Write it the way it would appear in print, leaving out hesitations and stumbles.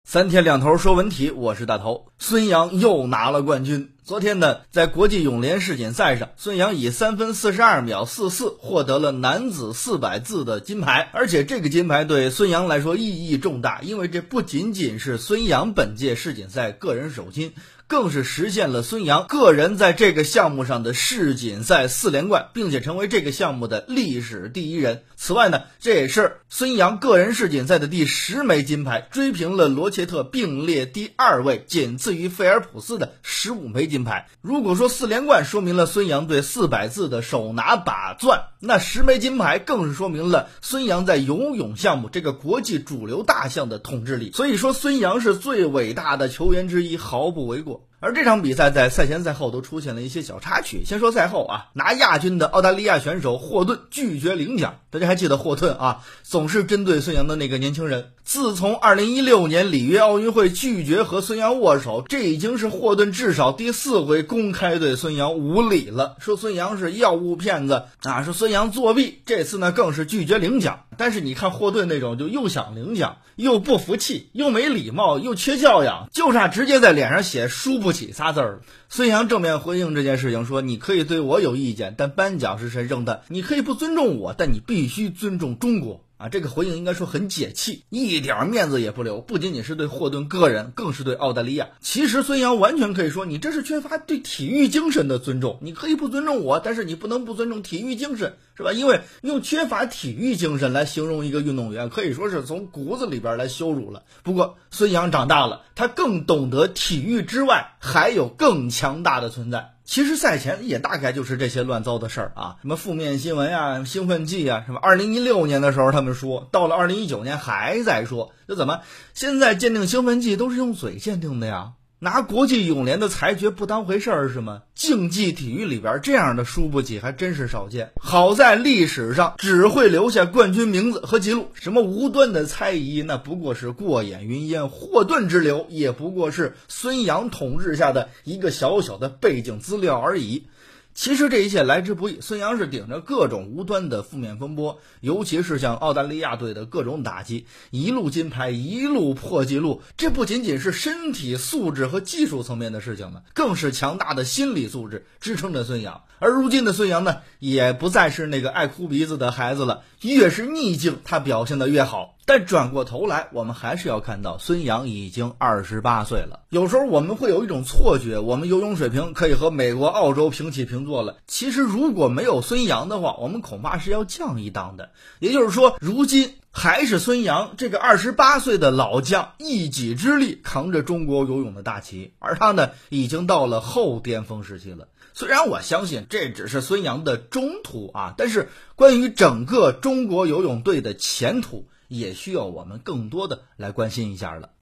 三天两头说文体，我是大头。孙杨又拿了冠军。昨天呢，在国际泳联世锦赛上，孙杨以3分42秒44获得了男子400字的金牌，而且这个金牌对孙杨来说意义重大，因为这不仅仅是孙杨本届世锦赛个人首金，更是实现了孙杨个人在这个项目上的世锦赛4连冠，并且成为这个项目的历史第一人。此外呢，这也是孙杨个人世锦赛的第10枚金牌，追平了罗切特并列第2位，仅次于菲尔普斯的15枚金牌。如果说4连冠说明了孙杨对400字的手拿把攥，那10枚金牌更是说明了孙杨在游泳项目这个国际主流大项的统治力。所以说孙杨是最伟大的球员之一，毫不为过。而这场比赛在赛前赛后都出现了一些小插曲。先说赛后拿亚军的澳大利亚选手霍顿拒绝领奖。大家还记得霍顿总是针对孙杨的那个年轻人。自从2016年里约奥运会拒绝和孙杨握手，这已经是霍顿至少第4回公开对孙杨无礼了，说孙杨是药物骗子说孙杨作弊。这次呢更是拒绝领奖。但是你看霍顿那种就又想领奖又不服气又没礼貌又缺教养，就差直接在脸上写输不起仨字儿了。孙杨正面回应这件事情说，你可以对我有意见，但颁奖是神圣的，你可以不尊重我，但你必须尊重中国这个回应应该说很解气，一点面子也不留，不仅仅是对霍顿个人，更是对澳大利亚。其实孙杨完全可以说，你这是缺乏对体育精神的尊重。你可以不尊重我，但是你不能不尊重体育精神，是吧？因为用缺乏体育精神来形容一个运动员，可以说是从骨子里边来羞辱了。不过孙杨长大了，他更懂得体育之外还有更强大的存在。其实赛前也大概就是这些乱糟的事儿什么负面新闻兴奋剂什么2016年的时候他们说，到了2019年还在说，就怎么现在鉴定兴奋剂都是用嘴鉴定的呀？拿国际泳联的裁决不当回事儿是吗？竞技体育里边这样的输不起还真是少见。好在历史上只会留下冠军名字和记录，什么无端的猜疑那不过是过眼云烟，霍顿之流也不过是孙杨统治下的一个小小的背景资料而已。其实这一切来之不易，孙杨是顶着各种无端的负面风波，尤其是像澳大利亚队的各种打击，一路金牌一路破纪录，这不仅仅是身体素质和技术层面的事情了，更是强大的心理素质支撑着孙杨。而如今的孙杨呢，也不再是那个爱哭鼻子的孩子了，越是逆境他表现得越好。但转过头来，我们还是要看到孙杨已经28岁了。有时候我们会有一种错觉，我们游泳水平可以和美国、澳洲平起平坐了。其实如果没有孙杨的话，我们恐怕是要降一档的。也就是说，如今还是孙杨这个28岁的老将一己之力扛着中国游泳的大旗，而他呢，已经到了后巅峰时期了。虽然我相信这只是孙杨的中途但是关于整个中国游泳队的前途，也需要我们更多的来关心一下了。